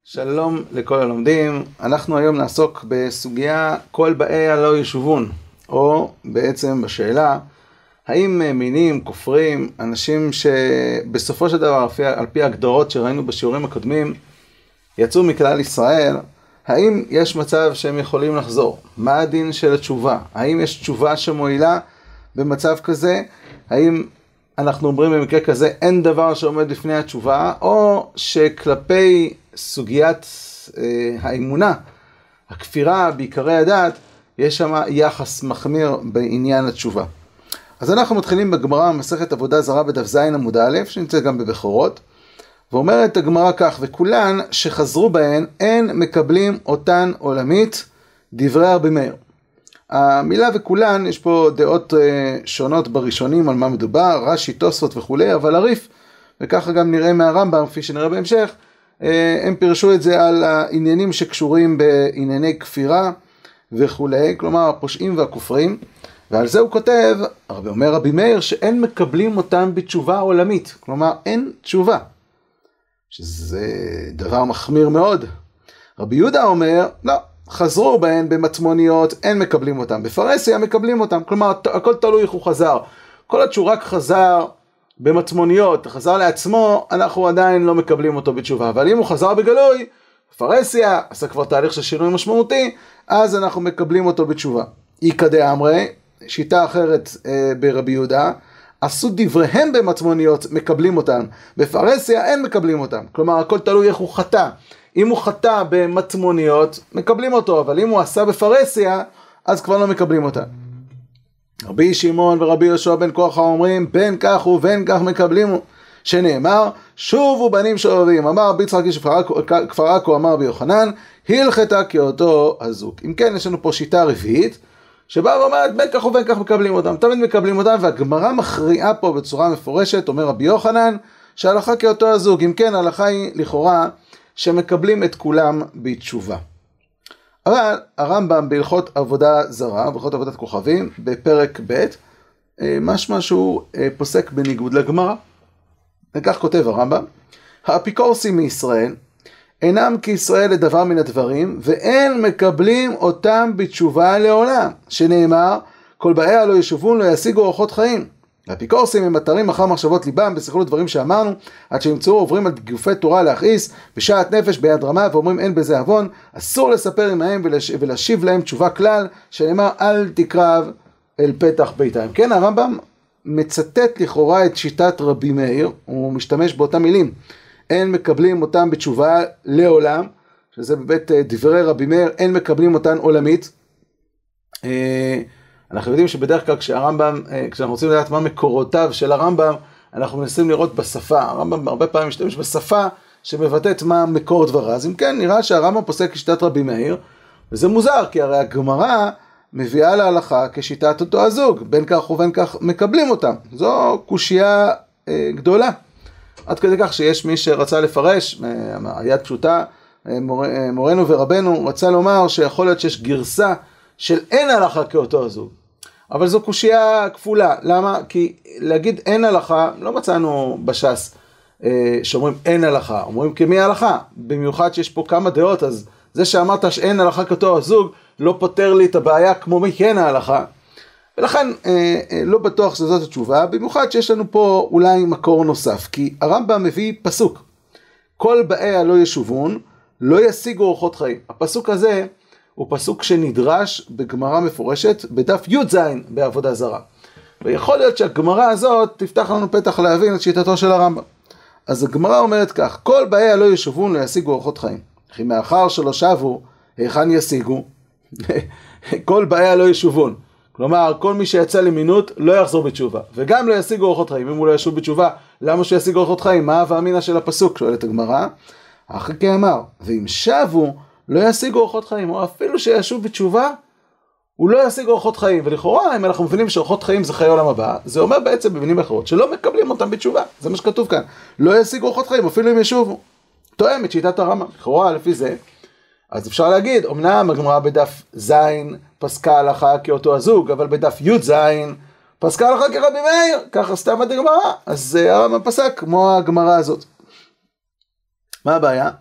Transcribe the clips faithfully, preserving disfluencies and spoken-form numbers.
שלום לכל הלומדים. אנחנו היום נעסוק בסוגיה כל באי הלא ישובון, או בעצם בשאלה האם מינים, כופרים, אנשים שבסופו של דבר על פי ההגדרות שראינו בשיעורים הקודמים יצאו מכלל ישראל, האם יש מצב שהם יכולים לחזור? מה הדין של התשובה? האם יש תשובה שמועילה במצב כזה? האם אנחנו אומרים במקרה כזה אין דבר שעומד לפני התשובה, או שכלפי סוגיית אה, האמונה, הכפירה בעיקרי הדת, יש שם יחס מחמיר בעניין התשובה. אז אנחנו מתחילים בגמרא מסכת עבודה זרה בדף ז עמוד א', שנמצא גם בבכורות, ואומרת הגמרא כך: וכולן שחזרו בהן אין מקבלים אותן עולמית, דברי רבי מאיר. המילה וכולן, יש פה דעות שונות בראשונים על מה מדובר, רש"י, תוספות וכולי, אבל הריף, וככה גם נראה מהרמב"ם, כפי שנראה בהמשך, הם פירשו את זה על העניינים שקשורים בענייני כפירה וכולי, כלומר הפושעים והכופרים, ועל זה הוא כותב, הרבי אומר רבי מאיר, שאין מקבלים אותם בתשובה עולמית, כלומר אין תשובה, שזה דבר מחמיר מאוד. רבי יהודה אומר, לא, חזרו בהן במטמוניות, אין מקבלים אותם. בפרהסיה מקבלים אותם, כלומר, הכל תלוי איך הוא חזר. כל עד שהוא רק חזר במטמוניות, חזר לעצמו, אנחנו עדיין לא מקבלים אותו בתשובה. אבל אם הוא חזר בגלוי, בפרהסיה, עשה כבר תהליך של שינוי משמעותי, אז אנחנו מקבלים אותו בתשובה. איקא דאמרי, שיטה אחרת אה, ברבי יהודה, עשו דבריהם במטמוניות, מקבלים אותם. בפרהסיה אין מקבלים אותם. כלומר, הכל תלוי איך הוא חטא. אם הוא חטא במטמוניות, מקבלים אותו, אבל אם הוא עשה בפרהסיה, אז כבר לא מקבלים אותה. רבי שמעון ורבי יהושע בן קורחה אומרים, בין כך ובין כך מקבלים, שנאמר, שובו בנים שובבים, אמר רבי יצחק איש כפר עכו, אמר רבי יוחנן, הלכתה כאותו הזוג. אם כן, יש לנו פה שיטה רביעית, שבאה ואומרת, בין כך ובין כך מקבלים אותם, תמיד מקבלים אותם, והגמרא מכריעה פה בצורה מפורשת, אומר רבי יוחנן, שהלכה כאותו הזוג. אם כן, ההלכה היא לכאורה, שמקבלים את כולם בתשובה. אבל הרמב"ם בהלכות עבודה זרה, בהלכות עבודת כוכבים, בפרק ב', משמע שהוא פוסק בניגוד לגמרא. וכך כותב הרמב"ם, האפיקורסים מישראל, אינם כישראל לדבר מן הדברים, ואין מקבלים אותם בתשובה לעולם, שנאמר, כל באי הלא ישובון לא ישיגו אורחות חיים. האפיקורסים הם מטרים אחר מחשבות ליבם, בסכלו דברים שאמרנו, עד שימצאו עוברים על גופי תורה להכעיס, בשעת נפש ביד רמה, ואומרים אין בזה עוון, אסור לספר עמהם ולש... ולהשיב להם תשובה כלל, שנאמר אל תקרב אל פתח ביתם. כן, הרמב"ם מצטט לכאורה את שיטת רבי מאיר, הוא משתמש באותם מילים, אין מקבלים אותם בתשובה לעולם, שזה בבית דברי רבי מאיר, אין מקבלים אותן עולמית. אנחנו יודעים שבדרך כלל כשהרמב"ם, כשאנחנו רוצים לדעת מה מקורותיו של הרמב"ם, אנחנו מנסים לראות בשפה. הרמב"ם הרבה פעמים משתמש בשפה שמבטאת מה מקור דברה. אז אם כן, נראה שהרמב"ם פוסק כשיטת רבי מאיר, וזה מוזר, כי הרי הגמרא מביאה להלכה כשיטת אותו הזוג, בין כך ובין כך מקבלים אותם. זו קושייה אה, גדולה. עד כדי כך שיש מי שרצה לפרש, היד פשוטה, מור, מורנו ורבנו, רצה לומר שיכול להיות שיש גרסה של אין הלכה כאותו הזוג. אבל זו קושייה כפולה. למה? כי להגיד אין הלכה, לא מצאנו בש"ס אה, שאומרים אין הלכה. אומרים כמי הלכה. במיוחד שיש פה כמה דעות, אז זה שאמרת שאין הלכה כאותו הזוג, לא פותר לי את הבעיה כמו מי כן ההלכה. ולכן אה, אה, לא בטוח שזאת התשובה, במיוחד שיש לנו פה אולי מקור נוסף. כי הרמב"ם מביא פסוק. כל באי הלא ישובון, לא ישיגו אורחות חיים. הפסוק הזה, הוא פסוק שנדרש בגמרא מפורשת בדף י"ז בעבודה זרה. ויכול להיות שהגמרא הזאת תפתח לנו פתח להבין את שיטתו של הרמב"ם. אז הגמרא אומרת כך, כל באי הלא ישובון לא ישיגו אורחות חיים. כי מאחר שלא שבו, היכן ישיגו? כל באי הלא ישובון. כלומר, כל מי שיצא למינות לא יחזור בתשובה. וגם לא ישיגו אורחות חיים. אם הוא לא ישוב בתשובה, למה שישיגו אורחות חיים? מה והאמינה של הפסוק? שואלת הגמרא. אחר כך אמר, ואם שבו, לא ישיגו אורחות חיים, או אפילו שישוב בתשובה, הוא לא ישיג אורחות חיים. ולכאורה, אם אנחנו מבינים שאורחות חיים זה חיי עולם הבא, זה אומר בעצם במילים אחרות, שלא מקבלים אותם בתשובה. זה מה שכתוב כאן. לא ישיגו אורחות חיים, אפילו אם ישובו. תואם את שיטת הרמב"ם. לכאורה, לפי זה, אז אפשר להגיד, אמנם הגמרא בדף ז' פסקה הלכה כאותו הזוג, אבל בדף י"ז פסקה הלכה כרבי מאיר, ככה סתם עד הגמרא. אז הרמב"ם פסק כמו הגמרא הזאת. מה הבעיה?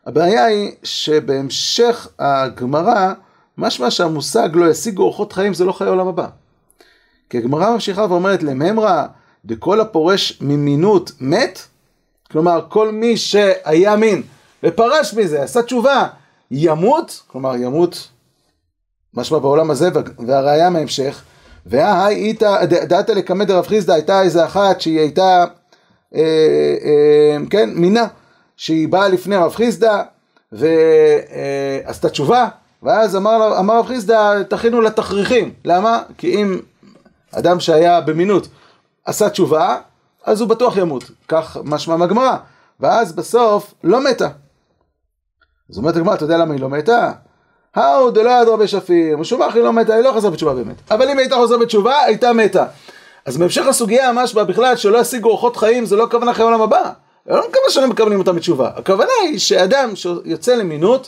הבעיה היא שבהמשך הגמרא, משמע שהמושג לא ישיגו אורחות חיים, זה לא חיי עולם הבא. כי הגמרא ממשיכה ואומרת לממרא, דכל הפורש ממינות מת, כלומר כל מי שהיה מין ופרש מזה, עשה תשובה, ימות, כלומר ימות, משמע בעולם הזה, והראיה מהמשך, והי איתה, דעת לקמא דרב חיסדא, הייתה איזה אחת שהיא הייתה, אה, אה, כן, מינה, שהיא באה לפני רב חיסדא, ועשתה תשובה, ואז אמר, אמר רב חיסדא, תכינו לתכריכים. למה? כי אם אדם שהיה במינות עשה תשובה, אז הוא בטוח ימות. כך משמע מהגמרא. ואז בסוף לא מתה. אז אומרת הגמרא, אתה יודע למה היא לא מתה? האו דלא יד רבי שפיר, משובח היא לא מתה, היא לא חזרה בתשובה באמת. אבל אם הייתה חוזרה בתשובה, הייתה מתה. אז בהמשך הסוגיה משמע בכלל שלא ישיגו אורחות חיים, זה לא הכוונה אחרי העולם הבא. לא הכוונה שלא מקבלים אותם בתשובה. הכוונה היא שאדם שיוצא למינות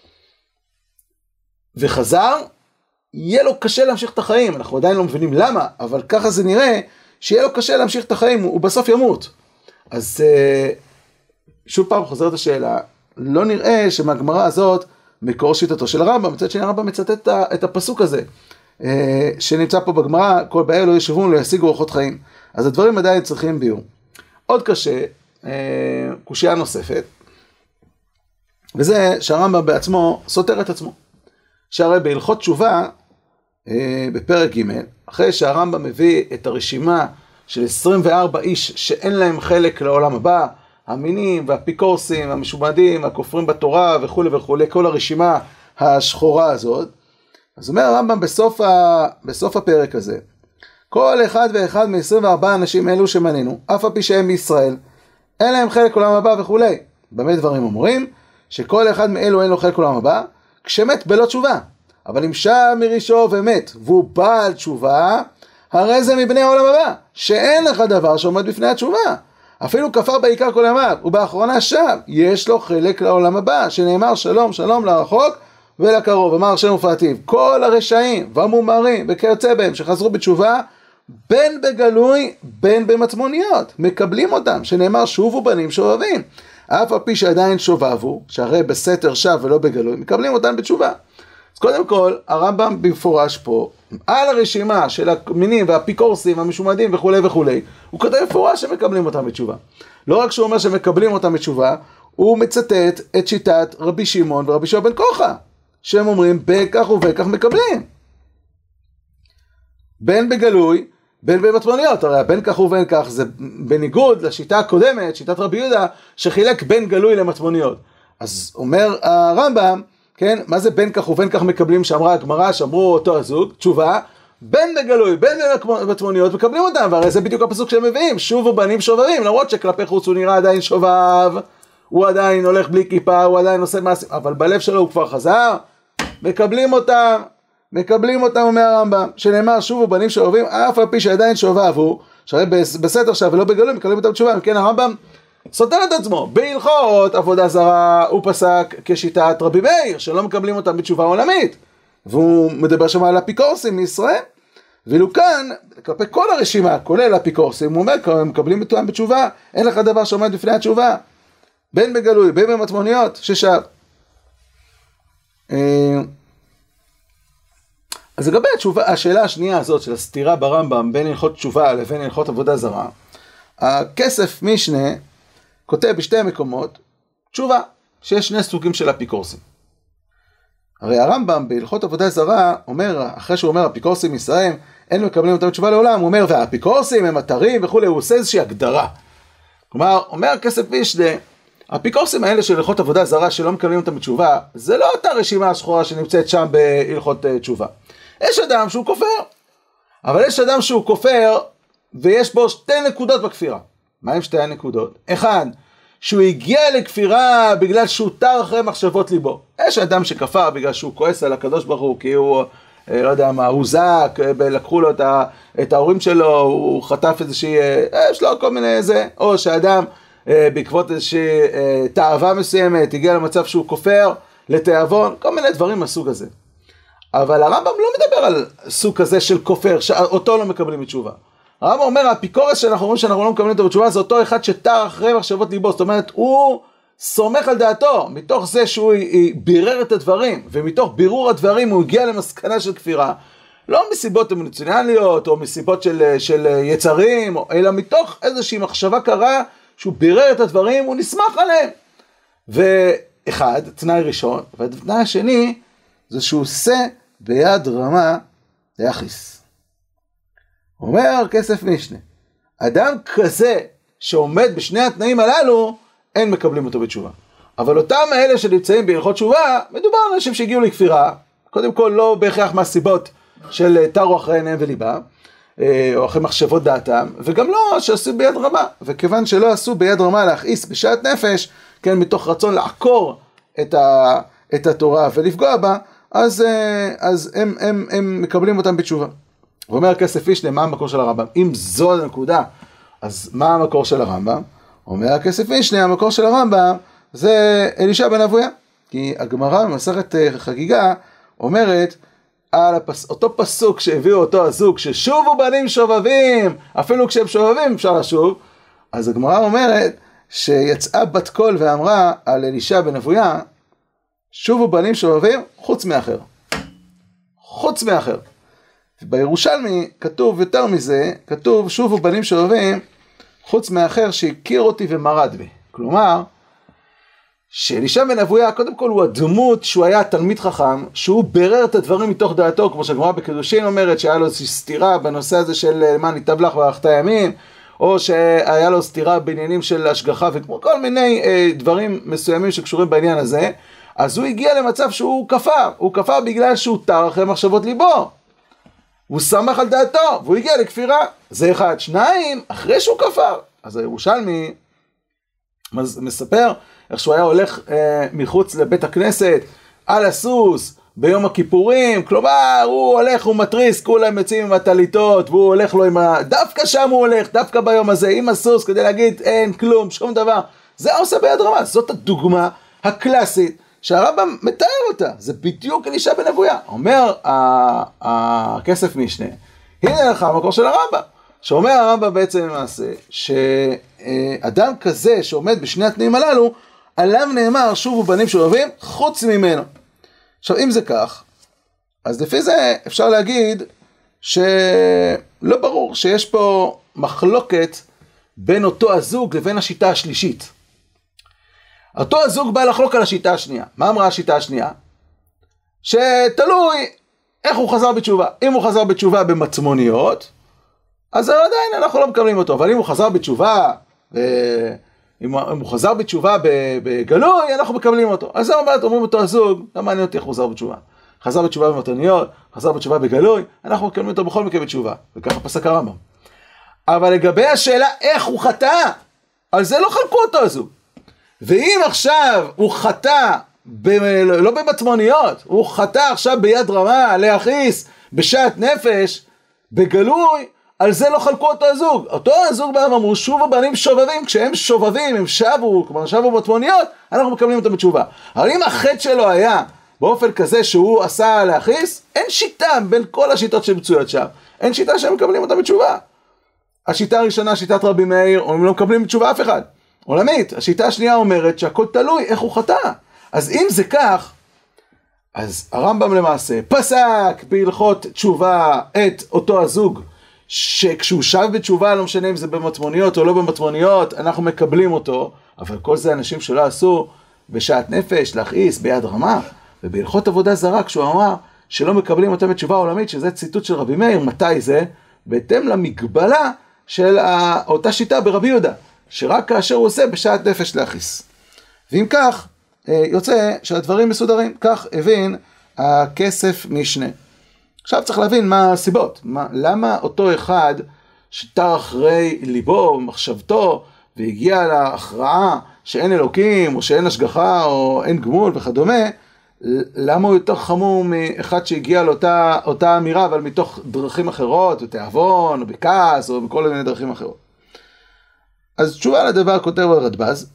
וחזר, יהיה לו קשה להמשיך את החיים. אנחנו עדיין לא מבינים למה, אבל ככה זה נראה, שיהיה לו קשה להמשיך את החיים, הוא בסוף ימות. אז שוב פעם חוזרת השאלה, לא נראה שמהגמרא הזאת מקור שיטתו של הרמב"ם, מצד שני הרמב"ם מצטט את הפסוק הזה, שנמצא פה בגמרא, כל באי לא ישובון, לא ישיגו אורחות חיים. אז הדברים עדיין צריכים ביור. עוד קשה, קושיה נוספת, וזה שהרמב"ם בעצמו סותר את עצמו. שהרי בהלכות תשובה, בפרק ג', אחרי שהרמב"ם מביא את הרשימה של עשרים וארבע איש שאין להם חלק לעולם הבא, המינים והאפיקורסים, המשומדים, הכופרים בתורה וכו' וכו', כל הרשימה השחורה הזאת, אז אומר הרמב"ם בסוף, ה... בסוף הפרק הזה, כל אחד ואחד מ-עשרים וארבעה אנשים אלו שמנינו, אף על פי שהם מישראל, אין להם חלק עולם הבא וכו'. במה דברים אומרים? שכל אחד מאלו אין לו חלק עולם הבא, כשמת בלא תשובה. אבל אם שב מרישו ומת, והוא בעל תשובה, הרי זה מבני העולם הבא, שאין לך דבר שעומד בפני התשובה. אפילו כפר בעיקר כל ימיו, ובאחרונה שב, יש לו חלק לעולם הבא, שנאמר שלום שלום לרחוק ולקרוב. אמר השם ופרטיו, כל הרשעים והמומרים וכיוצא בהם שחזרו בתשובה, בין בגלוי בין במצמוניות, מקבלים אותם, שנאמר שובו בנים שובבים. אף על פי שעדיין שובבו, שהרי בסתר שב ולא בגלוי, מקבלים אותם בתשובה. אז קודם כל, הרמב"ם במפורש פה, על הרשימה של המינים והאפיקורסים, המשומדים וכו' וכו', הוא כתב במפורש שמקבלים אותם בתשובה. לא רק שהוא אומר שמקבלים אותם בתשובה, הוא מצטט את שיטת רבי שמעון ורבי יהושע בן קורחה, שהם אומרים בכך ובכך מקבלים. בין בגלוי, בין במצמוניות, הרי בין כך ובין כך זה בניגוד לשיטה הקודמת, שיטת רבי יהודה, שחילק בין גלוי למצמוניות. אז אומר הרמב"ם, כן, מה זה בין כך ובין כך מקבלים, שאמרה הגמרא, שאמרו אותו הזוג, תשובה, בין בגלוי, בין במצמוניות, מקבלים אותם, והרי זה בדיוק הפסוק שהם מביאים, שובו בנים שובבים, למרות שכלפי חוץ הוא נראה עדיין שובב, הוא עדיין הולך בלי כיפה, הוא עדיין עושה מעשים, אבל בלב שלו הוא כבר חזר, מקבלים אותם, מקבלים אותם, אומר הרמב"ם, שנאמר שובו בנים שובבים, אף על פי שעדיין שובבו, שהרי בסתר שב ולא בגלוי, מקבלים אותם תשובה. כן, הרמב"ם סותר את עצמו, בהלכות עבודה זרה הוא פסק כשיטת רבי מאיר, שלא מקבלים אותם בתשובה עולמית, והוא מדבר שם על אפיקורסים מישראל, ואילו כאן, כלפי כל הרשימה, כולל אפיקורסים, הוא אומר, הם מקבלים אותם בתשובה, אין לך דבר שעומד בפני התשובה, בין בגלוי, בין במצמוניות, ששב. אז לגבי התשובה, השאלה השנייה הזאת של הסתירה ברמב"ם בין הלכות תשובה לבין הלכות עבודה זרה, הכסף משנה כותב בשתי המקומות תשובה, שיש שני סוגים של אפיקורסים. הרי הרמב"ם בהלכות עבודה זרה אומר, אחרי שהוא אומר אפיקורסים מישראל, אין מקבלים אותם תשובה לעולם, הוא אומר והאפיקורסים הם אתרים וכו', הוא עושה איזושהי הגדרה. כלומר, אומר הכסף משנה, האפיקורסים האלה של הלכות עבודה זרה שלא מקבלים אותם בתשובה, זה לא אותה רשימה השחורה שנמצאת שם בהלכות תשובה. יש אדם שהוא כופר, אבל יש אדם שהוא כופר ויש בו שתי נקודות בכפירה. מה הם שתי הנקודות? אחד, שהוא הגיע לכפירה בגלל שהוא תר אחרי מחשבות ליבו. יש אדם שכפר בגלל שהוא כועס על הקדוש ברוך הוא, כי הוא, לא יודע מה, הוא זק, לקחו לו את, ה, את ההורים שלו, הוא חטף איזושהי, יש לו כל מיני איזה, או שאדם בעקבות איזושהי תאווה מסוימת, הגיע למצב שהוא כופר, לתאבון, כל מיני דברים מהסוג הזה. אבל הרמב"ם לא מדבר על סוג כזה של כופר, שאותו לא מקבלים בתשובה. הרמב"ם אומר, האפיקורס שאנחנו אומרים שאנחנו לא מקבלים אותו בתשובה, זה אותו אחד שתר אחרי מחשבות ליבו, זאת אומרת, הוא סומך על דעתו, מתוך זה שהוא בירר את הדברים, ומתוך בירור הדברים הוא הגיע למסקנה של כפירה, לא מסיבות אמוציונליות, או מסיבות של, של יצרים, אלא מתוך איזושהי מחשבה קרה, שהוא בירר את הדברים, הוא נסמך עליהם. ואחד, תנאי ראשון, והתנאי השני, זה שהוא עושה ביד רמה להכיס. אומר כסף משנה, אדם כזה שעומד בשני התנאים הללו, אין מקבלים אותו בתשובה. אבל אותם האלה שנמצאים בהלכות תשובה, מדובר על אנשים שהגיעו לכפירה, קודם כל לא בהכרח מהסיבות של תרו אחרי עיניהם וליבם, או אחרי מחשבות דעתם, וגם לא שעשו ביד רמה. וכיוון שלא עשו ביד רמה להכעיס בשעת נפש, כן, מתוך רצון לעקור את, ה, את התורה ולפגוע בה, אז, אז הם, הם, הם מקבלים אותם בתשובה. הוא אומר כסף משנה, מה המקור של הרמב"ם? אם זו הנקודה, אז מה המקור של הרמב"ם? אומר הכסף משנה, המקור של הרמב"ם זה אלישע בן אבויה. כי הגמרא במסכת חגיגה אומרת, על הפס... אותו פסוק שהביאו אותו הזוג, ששובו בנים שובבים, אפילו כשהם שובבים אפשר לשוב, אז הגמרא אומרת שיצאה בת קול ואמרה על אלישע בן אבויה, שובו בנים שובבים חוץ מאחר. חוץ מאחר. בירושלמי כתוב יותר מזה, כתוב שובו בנים שובבים חוץ מאחר שהכיר אותי ומרד בי. כלומר, שאלישע בן אבויה, קודם כל הוא הדמות שהוא היה תלמיד חכם, שהוא ברר את הדברים מתוך דעתו, כמו שהגמרא בקידושין אומרת, שהיה לו איזושהי סתירה בנושא הזה של מה ניטב לך בארכת הימים, או שהיה לו סתירה בעניינים של השגחה, וכמו כל מיני אה, דברים מסוימים שקשורים בעניין הזה, אז הוא הגיע למצב שהוא כפר, הוא כפר בגלל שהוא תר אחרי מחשבות ליבו, הוא שמח על דעתו, והוא הגיע לכפירה, זה אחד. שניים, אחרי שהוא כפר, אז הירושלמי מספר, איך שהוא היה הולך אה, מחוץ לבית הכנסת, על הסוס, ביום הכיפורים, כלומר, הוא הולך, הוא מטריס, כולם יוצאים עם הטליטות, והוא הולך לו עם ה... דווקא שם הוא הולך, דווקא ביום הזה, עם הסוס, כדי להגיד, אין כלום, שום דבר. זה עושה ביד רמה, זאת הדוגמה הקלאסית, שהרמב"ם מתאר אותה, זה בדיוק אלישע בן אבויה. אומר הכסף משנה, הנה לך המקור של הרמב"ם, שאומר הרמב"ם בעצם למעשה, שאדם כזה שעומד בשני התנאים הללו, עליו נאמר שובו בנים שובבים חוץ ממנו. עכשיו אם זה כך, אז לפי זה אפשר להגיד שלא ברור שיש פה מחלוקת בין אותו הזוג לבין השיטה השלישית. אותו הזוג בא לחלוק על השיטה השנייה. מה אמרה השיטה השנייה? שתלוי איך הוא חזר בתשובה. אם הוא חזר בתשובה במצמוניות, אז עדיין אנחנו לא מקבלים אותו. אבל אם הוא חזר בתשובה ו... אם הוא חזר בתשובה בגלוי, אנחנו מקבלים אותו. אז זה אומרת, אומרים אותו הזוג, לא מעניין אותי איך הוא חזר בתשובה. חזר בתשובה במתניות, חזר בתשובה בגלוי, אנחנו מקבלים אותו בכל מקרה בתשובה. וככה פסק הרמב"ם. אבל לגבי השאלה איך הוא חטא, על זה לא חלקו אותו הזוג. ואם עכשיו הוא חטא, ב... לא במצמוניות, הוא חטא עכשיו ביד רמה, להכעיס, בשעת נפש, בגלוי, על זה לא חלקו אותו הזוג. אותו הזוג בהם אמרו, שובו בנים שובבים, כשהם שובבים, הם שבו, כלומר שבו בתמוניות, אנחנו מקבלים אותם בתשובה. אבל אם החטא שלו היה באופן כזה שהוא עשה להכעיס, אין שיטה בין כל השיטות שמצויות שם. אין שיטה שהם מקבלים אותם בתשובה. השיטה הראשונה, שיטת רבי מאיר, הם לא מקבלים בתשובה אף אחד. עולמית, השיטה השנייה אומרת שהכל תלוי איך הוא חטא. אז אם זה כך, אז הרמב"ם למעשה פסק בהלכות תשובה את אותו הזוג, שכשהוא שב בתשובה, לא משנה אם זה במטמוניות או לא במטמוניות, אנחנו מקבלים אותו, אבל כל זה אנשים שלא עשו בשעת נפש, להכעיס ביד רמה, ובהלכות עבודה זרה, כשהוא אמר שלא מקבלים אותם בתשובה עולמית, שזה ציטוט של רבי מאיר, מתי זה? בהתאם למגבלה של אותה שיטה ברבי יהודה, שרק כאשר הוא עושה בשעת נפש להכעיס. ואם כך, יוצא שהדברים מסודרים, כך הבין הכסף משנה. עכשיו צריך להבין מה הסיבות, מה, למה אותו אחד שתר אחרי ליבו, מחשבתו, והגיע להכרעה שאין אלוקים, או שאין השגחה, או אין גמול וכדומה, למה הוא יותר חמור מאחד שהגיע לאותה אותה אמירה, אבל מתוך דרכים אחרות, בתיאבון, או בכעס, או בכל מיני דרכים אחרות. אז תשובה לדבר כותב הרדב"ז,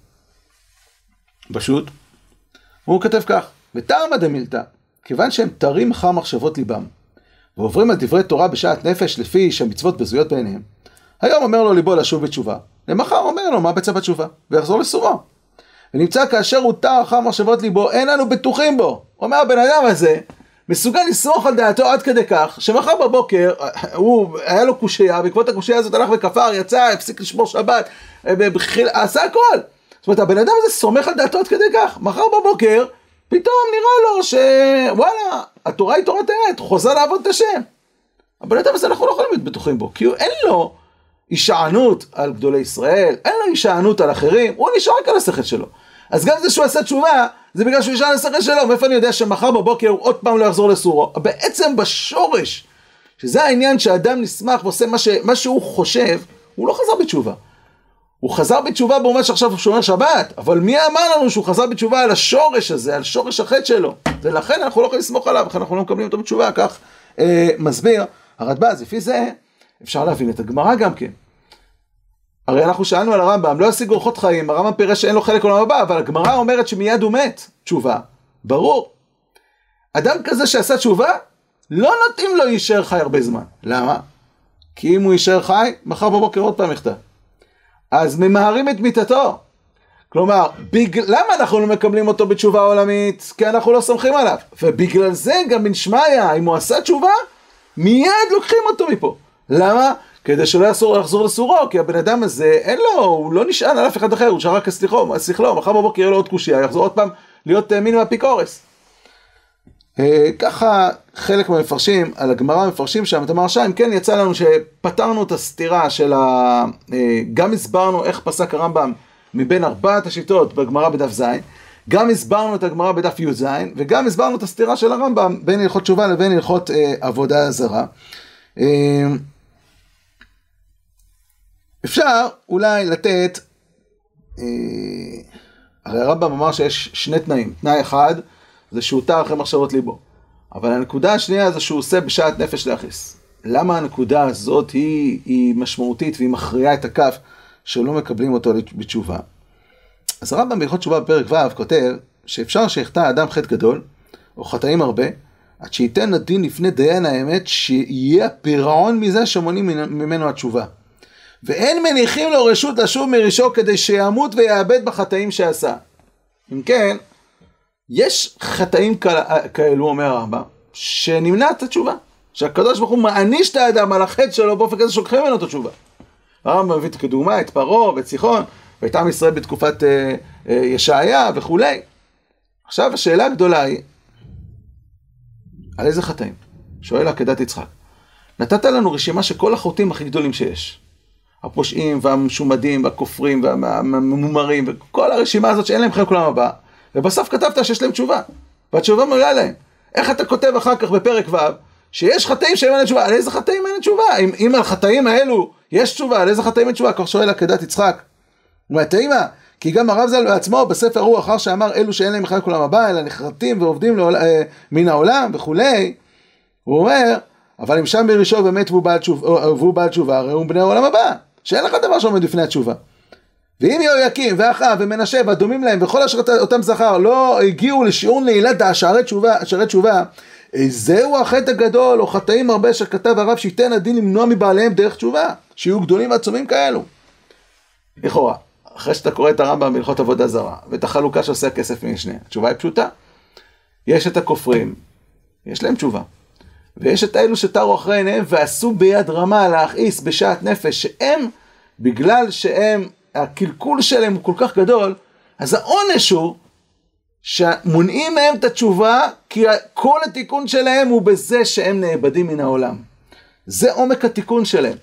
פשוט, הוא כתב כך, בתרמא דמילתא, כיוון שהם תרים אחר מחשבות ליבם, ועוברים על דברי תורה בשעת נפש לפי שהמצוות בזויות בעיניהם, היום אומר לו ליבו לשוב בתשובה, למחר אומר לו מה בצע בתשובה, ויחזור לסורו. ונמצא כאשר הוא תר אחר מחשבות ליבו, אין לנו בטוחים בו. אומר הבן אדם הזה, מסוגל לסמוך על דעתו עד כדי כך, שמחר בבוקר, הוא, היה לו קושייה, בעקבות הקושייה הזאת הלך וכפר, יצא, הפסיק לשמור שבת, בחיל, עשה הכל. זאת אומרת, הבן אדם הזה סומך על דעתו עד כדי כך, מחר בבוקר, פתאום נראה לו שוואלה, התורה היא תורת אמת, חוזר לעבוד את השם. הבן אדם הזה אנחנו לא יכולים להיות בטוחים בו, כי אין לו הישענות על גדולי ישראל, אין לו הישענות על אחרים, הוא נשאר רק על השכל שלו. אז גם זה שהוא עשה תשובה, זה בגלל שהוא ישען על השכל שלו, מאיפה אני יודע שמחר בבוקר הוא עוד פעם לא יחזור לסורו. בעצם בשורש, שזה העניין שהאדם נשמח ועושה מה, ש... מה שהוא חושב, הוא לא חזר בתשובה. הוא חזר בתשובה באומן שעכשיו הוא שומר שבת, אבל מי אמר לנו שהוא חזר בתשובה על השורש הזה, על שורש החטא שלו? ולכן אנחנו לא יכולים לסמוך עליו, לכן אנחנו לא מקבלים אותו בתשובה, כך אה, מסביר הרדב"ז. לפי זה אפשר להבין את הגמרא גם כן. הרי אנחנו שאלנו על הרמב"ם, לא ישיג אורחות חיים, הרמב"ם פירש שאין לו חלק עולם הבא, אבל הגמרא אומרת שמיד הוא מת. תשובה, ברור. אדם כזה שעשה תשובה, לא נותנים לו יישאר חי הרבה זמן. למה? כי אם הוא יישאר חי, מחר בבוקר עוד פעם יחטא. אז ממהרים את מיתתו. כלומר, בג... למה אנחנו לא מקבלים אותו בתשובה עולמית? כי אנחנו לא סומכים עליו. ובגלל זה גם בן שמעיה, אם הוא עשה תשובה, מיד לוקחים אותו מפה. למה? כדי שלא יחזור, יחזור לסורו, כי הבן אדם הזה, אין לו, הוא לא נשען על אף אחד אחר, הוא נשאר רק הסליחו, הסליחו, מחר בבוקר יהיה לו עוד קושיה, יחזור עוד פעם להיות מיני מהפיקורס. ככה חלק מהמפרשים, על הגמרא מפרשים שם, את המרשה, אם כן יצא לנו שפתרנו את הסתירה של ה... גם הסברנו איך פסק הרמב"ם מבין ארבעת השיטות בגמרא בדף ז', גם הסברנו את הגמרא בדף י' ז', וגם הסברנו את הסתירה של הרמב"ם בין הלכות תשובה לבין הלכות עבודה זרה. אפשר אולי לתת, אה, הרי הרמב"ם אמר שיש שני תנאים. תנאי אחד זה שהוא תר אחרי מחשבות ליבו. אבל הנקודה השנייה זה שהוא עושה בשעת נפש להכניס. למה הנקודה הזאת היא, היא משמעותית והיא מכריעה את הכף שלא מקבלים אותו בתשובה? אז הרמב"ם בהלכות תשובה בפרק ו' כותב שאפשר שיחטא אדם חטא גדול או חטאים הרבה, עד שייתן הדין לפני דיין האמת שיהיה הפירעון מזה שמונים ממנו התשובה. ואין מניחים לו רשות לשוב מרישו כדי שימות ויאבד בחטאים שעשה. אם כן, יש חטאים כאלו, אומר הרמב"ם, שנמנעת התשובה. שהקדוש ברוך הוא מעניש את האדם על החטא שלו באופן כזה שלוקחים ממנו את התשובה. הרמב"ם מביא כדוגמה את פרעה ואת סיחון, ואת עם ישראל בתקופת אה, אה, ישעיה וכו'. עכשיו השאלה הגדולה היא, על איזה חטאים? שואל עקדת יצחק. נתת לנו רשימה שכל החוטאים הכי גדולים שיש. הפושעים והמשומדים והכופרים והממומרים וכל הרשימה הזאת שאין להם חלק עולם הבא, ובסוף כתבת שיש להם תשובה, והתשובה מולאה להם. איך אתה כותב אחר כך בפרק ו' שיש חטאים שאין להם תשובה? על איזה חטאים אין תשובה? אם, אם על חטאים האלו יש תשובה, על איזה חטאים אין תשובה? כך שואל עקדת יצחק. ומתאימה, כי גם הרב ז"ל בעצמו בספר הוא אחר שאמר אלו שאין להם חלק עולם הבא, אלא נחרטים ועובדים לעול, אה, מן העולם וכולי, הוא אומר, אבל אם שם בראשו באמת והוא בעל תשובה, והוא בעל תשובה, הרי הוא בני העולם הבא. שאין לך דבר שעומד לפני התשובה. ואם יהויקים ואחיו ומנשה והדומים להם וכל אשר אותם זכר לא הגיעו לשיעור נעילת שערי תשובה, שערי תשובה, זהו החטא הגדול או חטאים הרבה שכתב הרב שייתן הדין למנוע מבעליהם דרך תשובה, שיהיו גדולים ועצומים כאלו. לכאורה, אחרי שאתה קורא את הרמב"ם בהלכות עבודה זרה ואת החלוקה שעושה הכסף משנה, התשובה היא פשוטה. יש את הכופרים, יש להם תשובה. ויש את האלו שתרו אחרי עיניהם ועשו ביד רמה להכעיס בשעת נפש, שהם, בגלל שהם, הקלקול שלהם הוא כל כך גדול, אז העונש הוא שמונעים מהם את התשובה, כי כל התיקון שלהם הוא בזה שהם נאבדים מן העולם. זה עומק התיקון שלהם.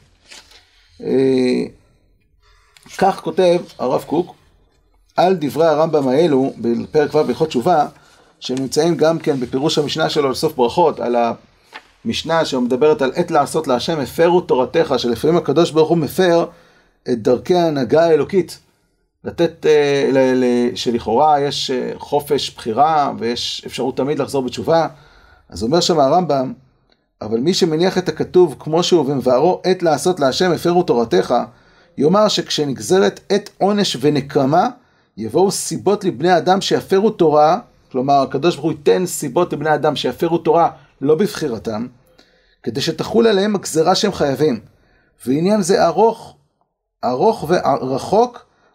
כך כותב הרב קוק, על דברי הרמב"ם האלו, בפרק ו' בהלכות תשובה, שנמצאים גם כן בפירוש המשנה שלו לסוף ברכות, על ה... משנה שמדברת על עת לעשות להשם, הפרו תורתך, שלפעמים הקדוש ברוך הוא מפר את דרכי ההנהגה האלוקית. לתת, ל, ל, שלכאורה יש חופש בחירה, ויש אפשרות תמיד לחזור בתשובה. אז אומר שם הרמב"ם, אבל מי שמניח את הכתוב כמו שהוא ומבארו עת לעשות להשם, הפרו תורתך, יאמר שכשנגזרת עת עונש ונקמה, יבואו סיבות לבני אדם שיפרו תורה, כלומר הקדוש ברוך הוא ייתן סיבות לבני אדם שיפרו תורה, לא בבחירתם, כדי שתחול עליהם הגזרה שהם חייבים. ועניין זה ארוך, ארוך ורחוק,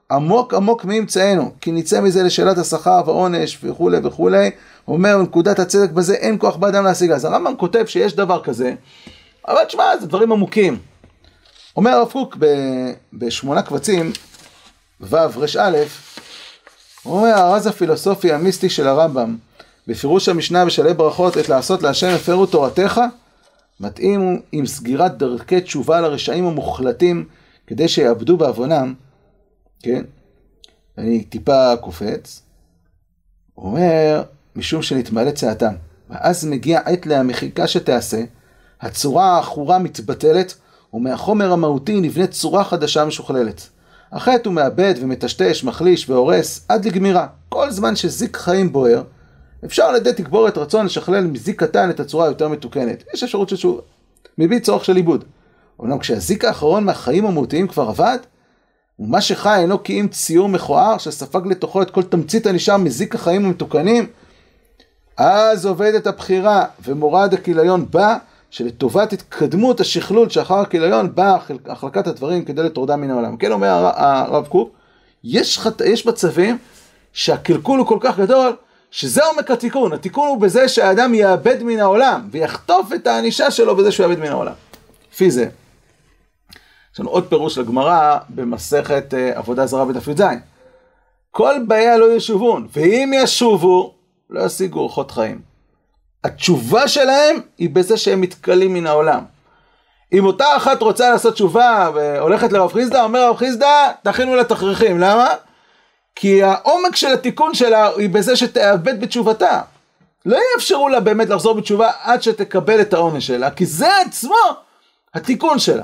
עמוק עמוק מאמצענו, כי נצא מזה לשאלת השכר והעונש וכו' וכו'. הוא אומר, נקודת הצדק בזה אין כוח באדם להשיג. אז הרמב"ם כותב שיש דבר כזה, אבל תשמע, זה דברים עמוקים. אומר הרב קוק בשמונה קבצים, ו' רש א', הוא אומר, הרז הפילוסופי המיסטי של הרמב"ם, בפירוש המשנה בשלהי ברכות, את לעשות להשם הפרו תורתך, מתאים עם סגירת דרכי תשובה לרשעים המוחלטים, כדי שיעבדו בעוונם. כן? אני טיפה קופץ. הוא אומר, משום שנתמלא צעתם. ואז מגיע עת להמחיקה שתעשה, הצורה האחורה מתבטלת, ומהחומר המהותי נבנית צורה חדשה משוכללת. החטא הוא מאבד ומטשטש, מחליש והורס עד לגמירה. כל זמן שזיק חיים בוער, אפשר על ידי תגבורת רצון לשכלל מזיק קטן את הצורה היותר מתוקנת. יש אפשרות של שוב, מביא צורך של עיבוד. אומנם כשהזיק האחרון מהחיים המהותיים כבר עבד, ומה שחי אינו כי אם ציור מכוער שספג לתוכו את כל תמצית הנשאר מזיק החיים המתוקנים, אז עובדת הבחירה ומורד הכיליון בא, שלטובת התקדמות השכלול שאחר הכיליון באה החלקת הדברים כדי לטורדה מן העולם. כן אומר הרב קוק, יש, חט... יש מצבים שהקלקול הוא כל כך גדול, שזה עומק התיקון. התיקון הוא בזה שהאדם יאבד מן העולם, ויחטוף את האנישה שלו בזה שהוא יאבד מן העולם. לפי זה. יש לנו עוד פירוש לגמרא במסכת עבודה זרה בדף י"ז. כל באיה לא ישובון, ואם ישובו, לא ישיגו אורחות חיים. התשובה שלהם היא בזה שהם מתקלים מן העולם. אם אותה אחת רוצה לעשות תשובה והולכת לרב חיסדא, אומר רב חיסדא, תכינו לה תכריכים. למה? כי העומק של התיקון שלה היא בזה שתאבד בתשובתה. לא יאפשרו לה באמת לחזור בתשובה עד שתקבל את העונש שלה, כי זה עצמו התיקון שלה.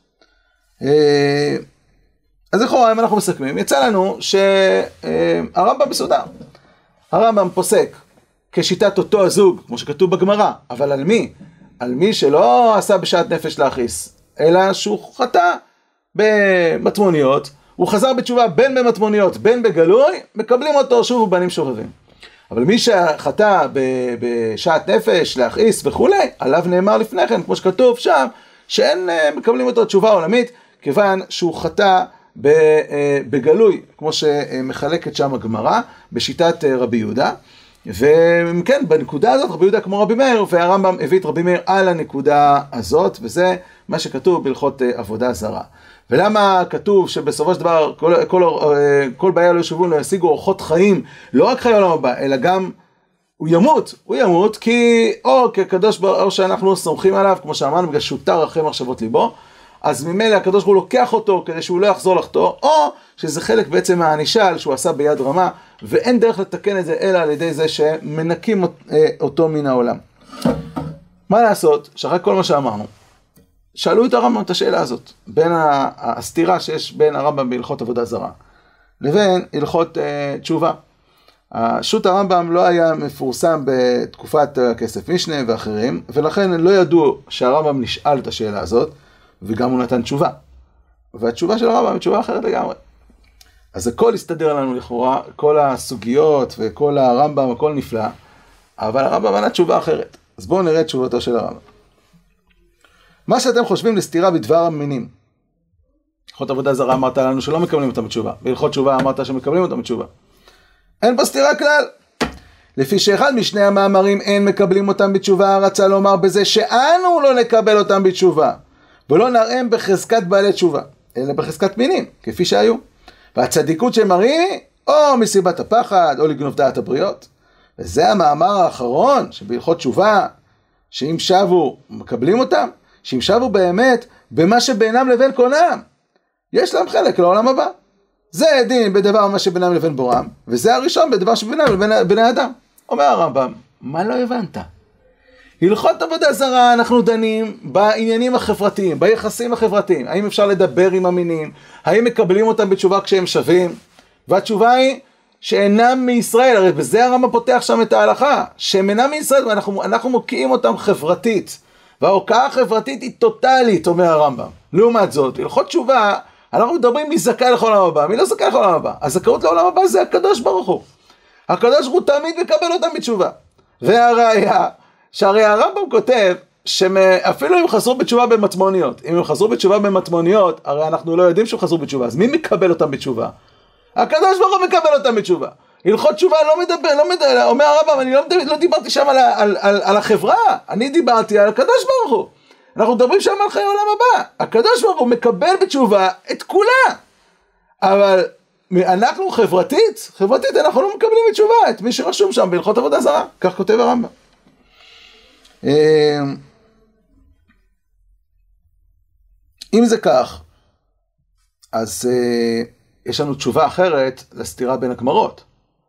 אז לכאורה, אם אנחנו מסכמים, יצא לנו שהרמב"ם מסודר. הרמב"ם פוסק כשיטת אותו הזוג, כמו שכתוב בגמרא, אבל על מי? על מי שלא עשה בשעת נפש להכעיס, אלא שהוא חטא במטמוניות, הוא חזר בתשובה בין במטמוניות, בין בגלוי, מקבלים אותו שוב ובנים שובבים. אבל מי שחטא בשעת נפש להכעיס וכו', עליו נאמר לפני כן, כמו שכתוב שם, שאין מקבלים אותו תשובה עולמית, כיוון שהוא חטא בגלוי, כמו שמחלקת שם הגמרא, בשיטת רבי יהודה. וכן, בנקודה הזאת רבי יהודה כמו רבי מאיר, והרמב"ם הביא את רבי מאיר על הנקודה הזאת, וזה מה שכתוב בהלכות עבודה זרה. ולמה כתוב שבסופו של דבר כל, כל, כל באיה לא ישובון, לא ישיגו אורחות חיים, לא רק חיי עולם הבא, אלא גם הוא ימות, הוא ימות, כי או כקדוש ברוך הוא שאנחנו סומכים עליו, כמו שאמרנו, בגלל שהוא תר אחרי מחשבות ליבו, אז ממילא הקדוש ברוך הוא לוקח אותו כדי שהוא לא יחזור לחטוא, או שזה חלק בעצם מהענישה שהוא עשה ביד רמה, ואין דרך לתקן את זה אלא על ידי זה שמנקים אותו מן העולם. מה לעשות? שאחרי כל מה שאמרנו, שאלו את הרמב"ם את השאלה הזאת, בין הסתירה שיש בין הרמב"ם בהלכות עבודה זרה, לבין הלכות uh, תשובה. שו"ת הרמב"ם לא היה מפורסם בתקופת כסף משנה ואחרים, ולכן לא ידעו שהרמב"ם נשאל את השאלה הזאת, וגם הוא נתן תשובה. והתשובה של הרמב"ם היא תשובה אחרת לגמרי. אז הכל הסתדר לנו לכאורה, כל הסוגיות וכל הרמב"ם, הכל נפלא, אבל הרמב"ם ענה תשובה אחרת. אז בואו נראה את תשובתו של הרמב"ם. מה שאתם חושבים לסתירה בדבר המינים. הלכות עבודה זרה אמרת לנו שלא מקבלים אותם בתשובה, בהלכות תשובה אמרת שמקבלים אותם בתשובה. אין פה סתירה כלל. לפי שאחד משני המאמרים אין מקבלים אותם בתשובה, רצה לומר בזה שאנו לא נקבל אותם בתשובה, ולא נראם בחזקת בעלי תשובה, אלא בחזקת מינים, כפי שהיו. והצדיקות שמראים או מסיבת הפחד, או לגנוב דעת הבריות. וזה המאמר האחרון שבהלכות תשובה, שאם שבו מקבלים אותם, שאם שבו באמת במה שבינם לבין קונם, יש להם חלק לעולם הבא. זה דין בדבר מה שבינם לבין בורם, וזה הראשון בדבר שבינם לבין בני אדם. אומר הרמב"ם, מה לא הבנת? הלכות עבודה זרה אנחנו דנים בעניינים החברתיים, ביחסים החברתיים. האם אפשר לדבר עם המינים? האם מקבלים אותם בתשובה כשהם שווים? והתשובה היא שאינם מישראל. הרי בזה הרמב"ם פותח שם את ההלכה, שהם אינם מישראל, ואנחנו אנחנו מוקיעים אותם חברתית. וההוקעה החברתית היא טוטלית, אומר הרמב"ם. לעומת זאת, הלכות תשובה, אנחנו מדברים מי זכאי לכל העולם הבא, מי לא זכאי לכל העולם הבא. הזכאות לעולם הבא זה הקדוש ברוך הוא. הקדוש ברוך הוא תמיד מקבל אותם בתשובה. והראיה, שהרי הרמב"ם כותב, שאפילו אם חזרו בתשובה במטמוניות, אם הם חזרו בתשובה במטמוניות, הרי אנחנו לא יודעים שהם חזרו בתשובה, אז מי מקבל אותם בתשובה? הקדוש ברוך הוא מקבל אותם בתשובה. הלכות תשובה לא מדבר, לא מדבר, אומר הרמב"ם, אני לא, מדבר, לא דיברתי שם על, על, על, על החברה, אני דיברתי על הקדוש ברוך הוא. אנחנו מדברים שם על חיי העולם הבא. הקדוש ברוך הוא מקבל בתשובה את כולה. אבל אנחנו חברתית, חברתית אנחנו לא מקבלים בתשובה, את מי שרשום שם בהלכות עבודה זרה. כך כותב הרמב"ם. אם זה כך, אז יש לנו תשובה אחרת לסתירה בין הגמרות.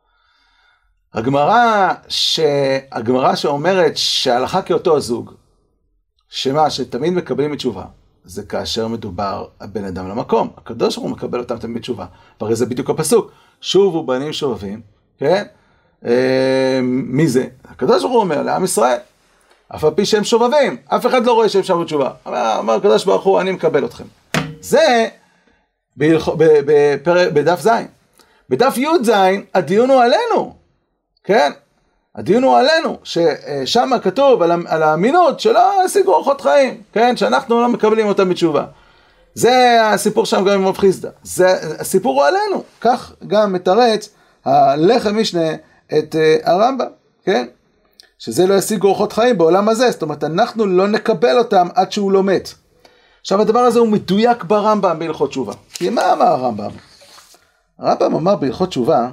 הגמרא שהגמרא שאומרת שההלכה כאותו הזוג, שמה שתמיד מקבלים בתשובה, זה כאשר מדובר בן אדם למקום. הקדוש ברוך הוא מקבל אותם תמיד בתשובה. והרי זה בדיוק הפסוק. שובו בנים שובבים, כן? אה, מי זה? הקדוש ברוך הוא אומר לעם ישראל, אף על פי שהם שובבים, אף אחד לא רואה שהם שם בתשובה. אומר, אומר הקדוש ברוך הוא, אני מקבל אתכם. זה בהלכ... בפר... בדף זין. בדף י' זין, הדיון הוא עלינו, כן? הדיון הוא עלינו, ששם כתוב על, על האמינות שלא השיגו אורחות חיים, כן? שאנחנו לא מקבלים אותם בתשובה. זה הסיפור שם גם עם רב חיסדא. זה, הסיפור הוא עלינו. כך גם מתרץ הלחם משנה את uh, הרמב"ם, כן? שזה לא ישיגו אורחות חיים בעולם הזה. זאת אומרת, אנחנו לא נקבל אותם עד שהוא לא מת. עכשיו הדבר הזה הוא מדויק ברמב"ם בהלכות תשובה. כי מה אמר הרמב"ם? הרמב"ם אמר בהלכות תשובה,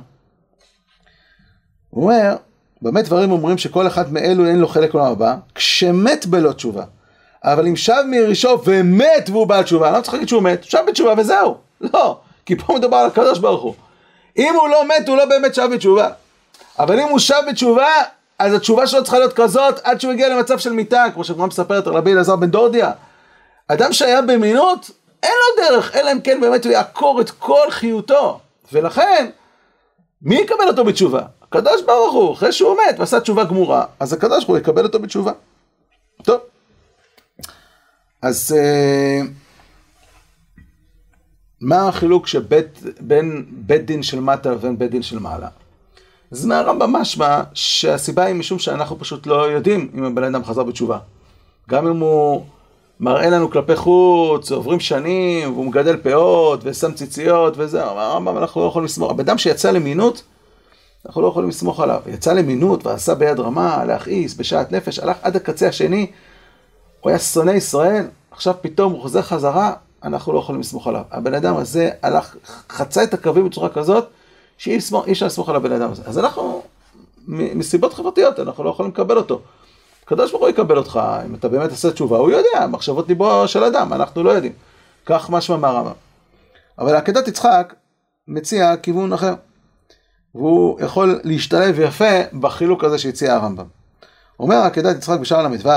הוא אומר, באמת דברים אומרים שכל אחד מאלו אין לו חלק לעולם הבא, כשמת בלא תשובה. אבל אם שב מירישו ומת והוא בעל תשובה, אני לא צריך להגיד שהוא מת, שב בתשובה וזהו. לא, כי פה מדובר על הקדוש ברוך הוא. אם הוא לא מת, הוא לא באמת שב בתשובה. אבל אם הוא שב בתשובה, אז התשובה שלו צריכה להיות כזאת, עד שהוא הגיע למצב של מיטה, כמו שכבר מספרת על רבי אלעזר בן דורדיה. אדם שהיה במינות, אין לו דרך, אלא אם כן באמת הוא יעקור את כל חיותו. ולכן, מי יקבל אותו בתשובה? הקדוש ברוך הוא, אחרי שהוא מת ועשה תשובה גמורה, אז הקדוש ברוך הוא יקבל אותו בתשובה. טוב. אז מה החילוק שבית, בין בית דין של מטה לבין בית דין של מעלה? אז מהרמב"ם משמע שהסיבה היא משום שאנחנו פשוט לא יודעים אם הבן אדם חזר בתשובה. גם אם הוא מראה לנו כלפי חוץ, עוברים שנים, והוא מגדל פאות ושם ציציות וזה, הרמב"ם אנחנו לא יכולים לסמוך. הבן אדם שיצא למינות, אנחנו לא יכולים לסמוך עליו. יצא למינות ועשה ביד רמה, להכעיס, בשעת נפש, הלך עד הקצה השני, הוא היה שונא ישראל, עכשיו פתאום הוא חוזר חזרה, אנחנו לא יכולים לסמוך עליו. הבן אדם הזה הלך, חצה את הקווים בצורה כזאת, שאי אפשר לסמוך על הבן אדם הזה. אז אנחנו, מסיבות חברתיות, אנחנו לא יכולים לקבל אותו. הקדוש ברוך הוא יקבל אותך, אם אתה באמת עושה תשובה, הוא יודע, מחשבות ליבו של אדם, אנחנו לא יודעים. כך משמע מהרמב"ם. אבל עקדת יצחק מציע כיוון אחר. והוא יכול להשתלב יפה בחילוק הזה שהציע הרמב"ם. הוא אומר עקדת יצחק בשער למ"ו,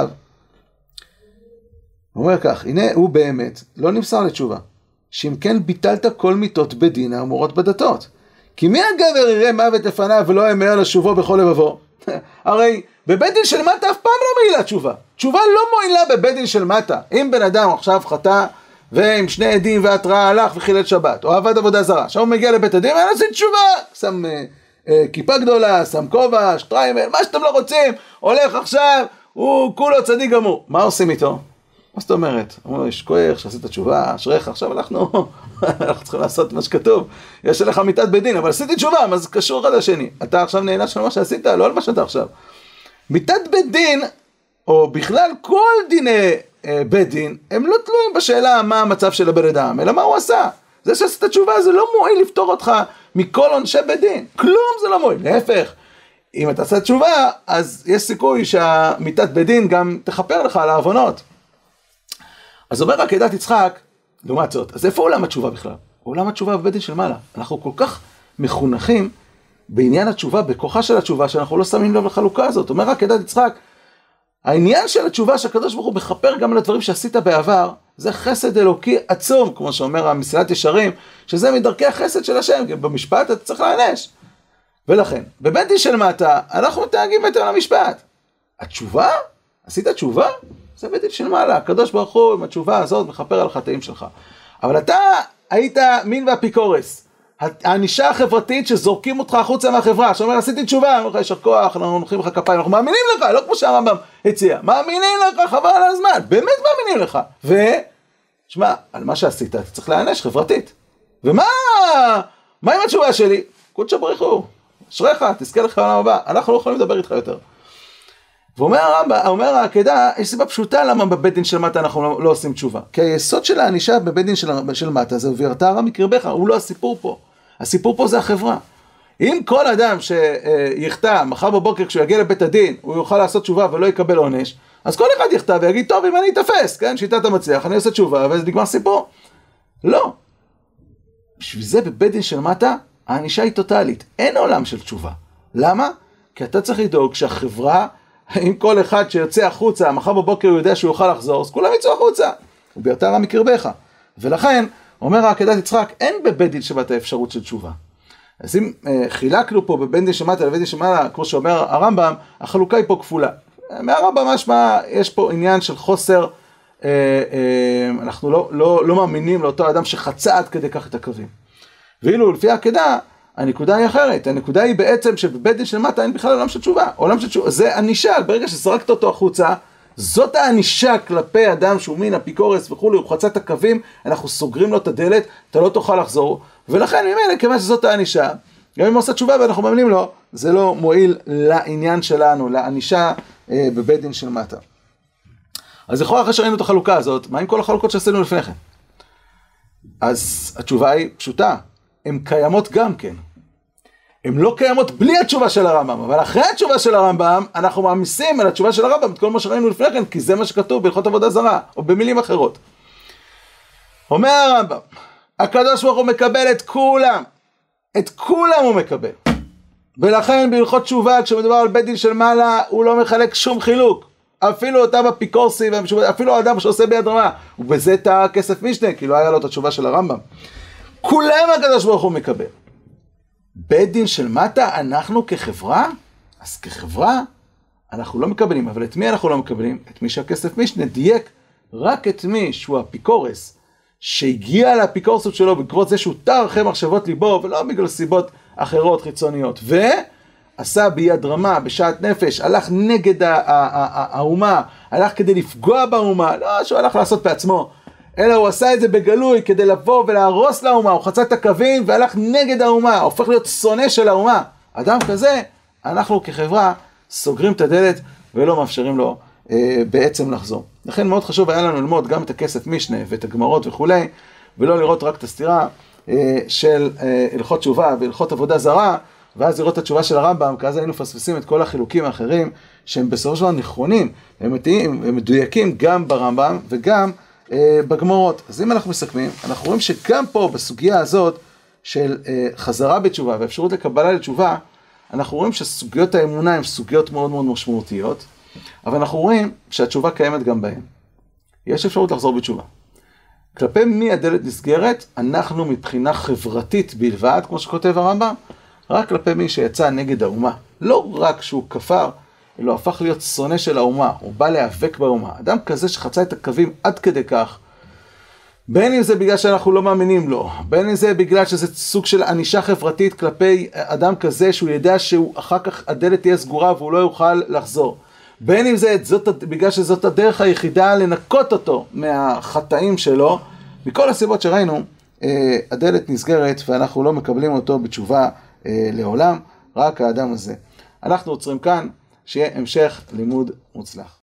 הוא אומר כך, הנה הוא באמת לא נמסר לתשובה, שאם כן ביטלת כל מיתות בדין האמורות בדתות. כי מי הגבר יראה מוות לפניו ולא ימהר לשובו בכל לבבו? הרי בבית דין של מטה אף פעם לא מועילה תשובה. תשובה לא מועילה בבית דין של מטה. אם בן אדם עכשיו חטא ועם שני עדים והתראה הלך וחילל שבת, או עבד עבודה זרה, עכשיו הוא מגיע לבית הדין, אין עושים תשובה, שם אה, אה, כיפה גדולה, שם כובע, שטריימל, מה שאתם לא רוצים, הולך עכשיו, הוא כולו צדיק גמור. מה עושים איתו? מה זאת אומרת? אמרו לו, יש כוח, שעשית תשובה, אשריך, עכשיו אנחנו, אנחנו צריכים לעשות מה שכתוב, יש לך מיתת בית דין, אבל עשיתי תשובה, מה זה קשור אחד לשני? אתה עכשיו נענש על מה שעשית, לא על מה שאתה עכשיו. מיתת בית דין, או בכלל כל דיני אה, בית דין, הם לא תלויים בשאלה מה המצב של הבן אדם, אלא מה הוא עשה. זה שעשית תשובה, זה לא מועיל לפתור אותך מכל עונשי בית דין. כלום זה לא מועיל, להפך. אם אתה עושה תשובה, אז יש סיכוי שהמיתת בית דין גם תחפר לך על העוונות. אז אומר עקדת יצחק, לעומת זאת, אז איפה עולם התשובה בכלל? עולם התשובה בבית דין של מעלה. אנחנו כל כך מחונכים בעניין התשובה, בכוחה של התשובה, שאנחנו לא שמים לב לחלוקה הזאת. אומר עקדת יצחק, העניין של התשובה שהקדוש ברוך הוא מחפר גם על הדברים שעשית בעבר, זה חסד אלוקי עצום, כמו שאומר המסילת ישרים, שזה מדרכי החסד של השם, כי במשפט אתה צריך להענש. ולכן, בבית דין של מטה, אנחנו מתנהגים בהתאם למשפט. התשובה? עשית תשובה? זה בית דין של מעלה. הקדוש ברוך הוא עם התשובה הזאת מחפר על החטאים שלך. אבל אתה היית מין ואפיקורס. הענישה החברתית שזורקים אותך החוצה מהחברה, שאומר עשיתי תשובה, אומר לך יש כוח, אנחנו נוחים לך כפיים, אנחנו מאמינים לך, לא כמו שהרמב"ם הציע, מאמינים לך, חבל על הזמן, באמת מאמינים לך. ו, שמע, על מה שעשית, אתה צריך להענש חברתית. ומה מה עם התשובה שלי? קודשא בריך הוא, אשריך, תזכה לך לעולם הבא, אנחנו לא יכולים לדבר איתך יותר. ואומר הרמב"ם, אומר העקדה, יש סיבה פשוטה למה בבית דין של מטה אנחנו לא, לא עושים תשובה. כי היסוד של הענישה בבית דין של, של מטה זה ויראת הרע מקרבך, הוא לא הסיפור פה. הסיפור פה זה החברה. אם כל אדם שיחטא מחר בבוקר כשהוא יגיע לבית הדין, הוא יוכל לעשות תשובה ולא יקבל עונש, אז כל אחד יחטא ויגיד, טוב, אם אני אתפס, כן, שיטת המצליח, אני עושה תשובה וזה נגמר סיפור. לא. בשביל זה בבית דין של מטה, הענישה היא טוטלית. אין עולם של תשובה. למה? כי אתה צריך לדאוג שהחברה, אם כל אחד שיוצא החוצה, מחר בבוקר הוא יודע שהוא יוכל לחזור, אז כולם יצאו החוצה. הוא ויראת הרע מקרבך. ולכן, אומר העקדת יצחק, אין בבית דין של מטה אפשרות של תשובה. אז אם אה, חילקנו פה בבית דין של מטה לבית דין של מעלה, כמו שאומר הרמב"ם, החלוקה היא פה כפולה. מהרמב"ם משמע, יש פה עניין של חוסר, אה, אה, אנחנו לא, לא, לא מאמינים לאותו אדם שחצה עד כדי כך את הקווים. ואילו לפי העקדה, הנקודה היא אחרת. הנקודה היא בעצם שבבית דין של מטה אין בכלל עולם של תשובה. עולם של תשובה, זה ענישה, ברגע שזרקת אותו החוצה, זאת הענישה כלפי אדם שהוא מין אפיקורס וכולי, הוא חצה את הקווים, אנחנו סוגרים לו את הדלת, אתה לא תוכל לחזור, ולכן ממילא, כיוון שזאת הענישה, גם אם הוא עושה תשובה ואנחנו מאמינים לו, זה לא מועיל לעניין שלנו, לענישה אה, בבית דין של מטה. אז לכאורה אחרי שראינו את החלוקה הזאת, מה עם כל החלוקות שעשינו לפני כן? אז התשובה היא פשוטה, הן קיימות גם כן. הן לא קיימות בלי התשובה של הרמב"ם, אבל אחרי התשובה של הרמב"ם, אנחנו מעמיסים על התשובה של הרמב"ם את כל מה שראינו לפני כן, כי זה מה שכתוב בהלכות עבודה זרה, או במילים אחרות. אומר הרמב"ם, הקדוש ברוך הוא מקבל את כולם, את כולם הוא מקבל. ולכן בהלכות תשובה, כשמדובר על בית דין של מעלה, הוא לא מחלק שום חילוק. אפילו אותם אפיקורסים, אפילו האדם שעושה ביד רמה, ובזה טעה כסף משנה, כי לא היה לו את התשובה של הרמב"ם. כולם הקדוש ברוך הוא מקבל. בית דין של מטה, אנחנו כחברה, אז כחברה, אנחנו לא מקבלים, אבל את מי אנחנו לא מקבלים? את מי שהכסף משנה דייק, רק את מי שהוא אפיקורס, שהגיע לאפיקורסות שלו בעקבות זה שהוא תר אחרי מחשבות ליבו, ולא בגלל סיבות אחרות חיצוניות, ועשה ביד רמה, בשעת נפש, הלך נגד האומה, הלך כדי לפגוע באומה, לא שהוא הלך לעשות בעצמו, אלא הוא עשה את זה בגלוי כדי לבוא ולהרוס לאומה, הוא חצה את הקווים והלך נגד האומה, הופך להיות שונא של האומה. אדם כזה, אנחנו כחברה סוגרים את הדלת ולא מאפשרים לו אה, בעצם לחזור. לכן מאוד חשוב היה לנו ללמוד גם את הכסף משנה ואת הגמרות וכולי, ולא לראות רק את הסתירה אה, של אה, הלכות תשובה והלכות עבודה זרה, ואז לראות את התשובה של הרמב"ם, כי אז היינו מפספסים את כל החילוקים האחרים, שהם בסופו של דבר נכונים, הם, הם מדויקים גם ברמב"ם וגם בגמרות. אז אם אנחנו מסכמים, אנחנו רואים שגם פה בסוגיה הזאת של חזרה בתשובה ואפשרות לקבלה לתשובה, אנחנו רואים שסוגיות האמונה הן סוגיות מאוד מאוד משמעותיות, אבל אנחנו רואים שהתשובה קיימת גם בהן. יש אפשרות לחזור בתשובה. כלפי מי הדלת נסגרת, אנחנו מבחינה חברתית בלבד, כמו שכותב הרמב"ם, רק כלפי מי שיצא נגד האומה. לא רק שהוא כפר, אלא הפך להיות שונא של האומה, הוא בא להיאבק באומה. אדם כזה שחצה את הקווים עד כדי כך, בין אם זה בגלל שאנחנו לא מאמינים לו, בין אם זה בגלל שזה סוג של ענישה חברתית כלפי אדם כזה, שהוא ידע שאחר כך הדלת תהיה סגורה והוא לא יוכל לחזור. בין אם זה זאת, בגלל שזאת הדרך היחידה לנקות אותו מהחטאים שלו, מכל הסיבות שראינו, הדלת נסגרת ואנחנו לא מקבלים אותו בתשובה לעולם, רק האדם הזה. אנחנו עוצרים כאן, שיהיה המשך לימוד מוצלח.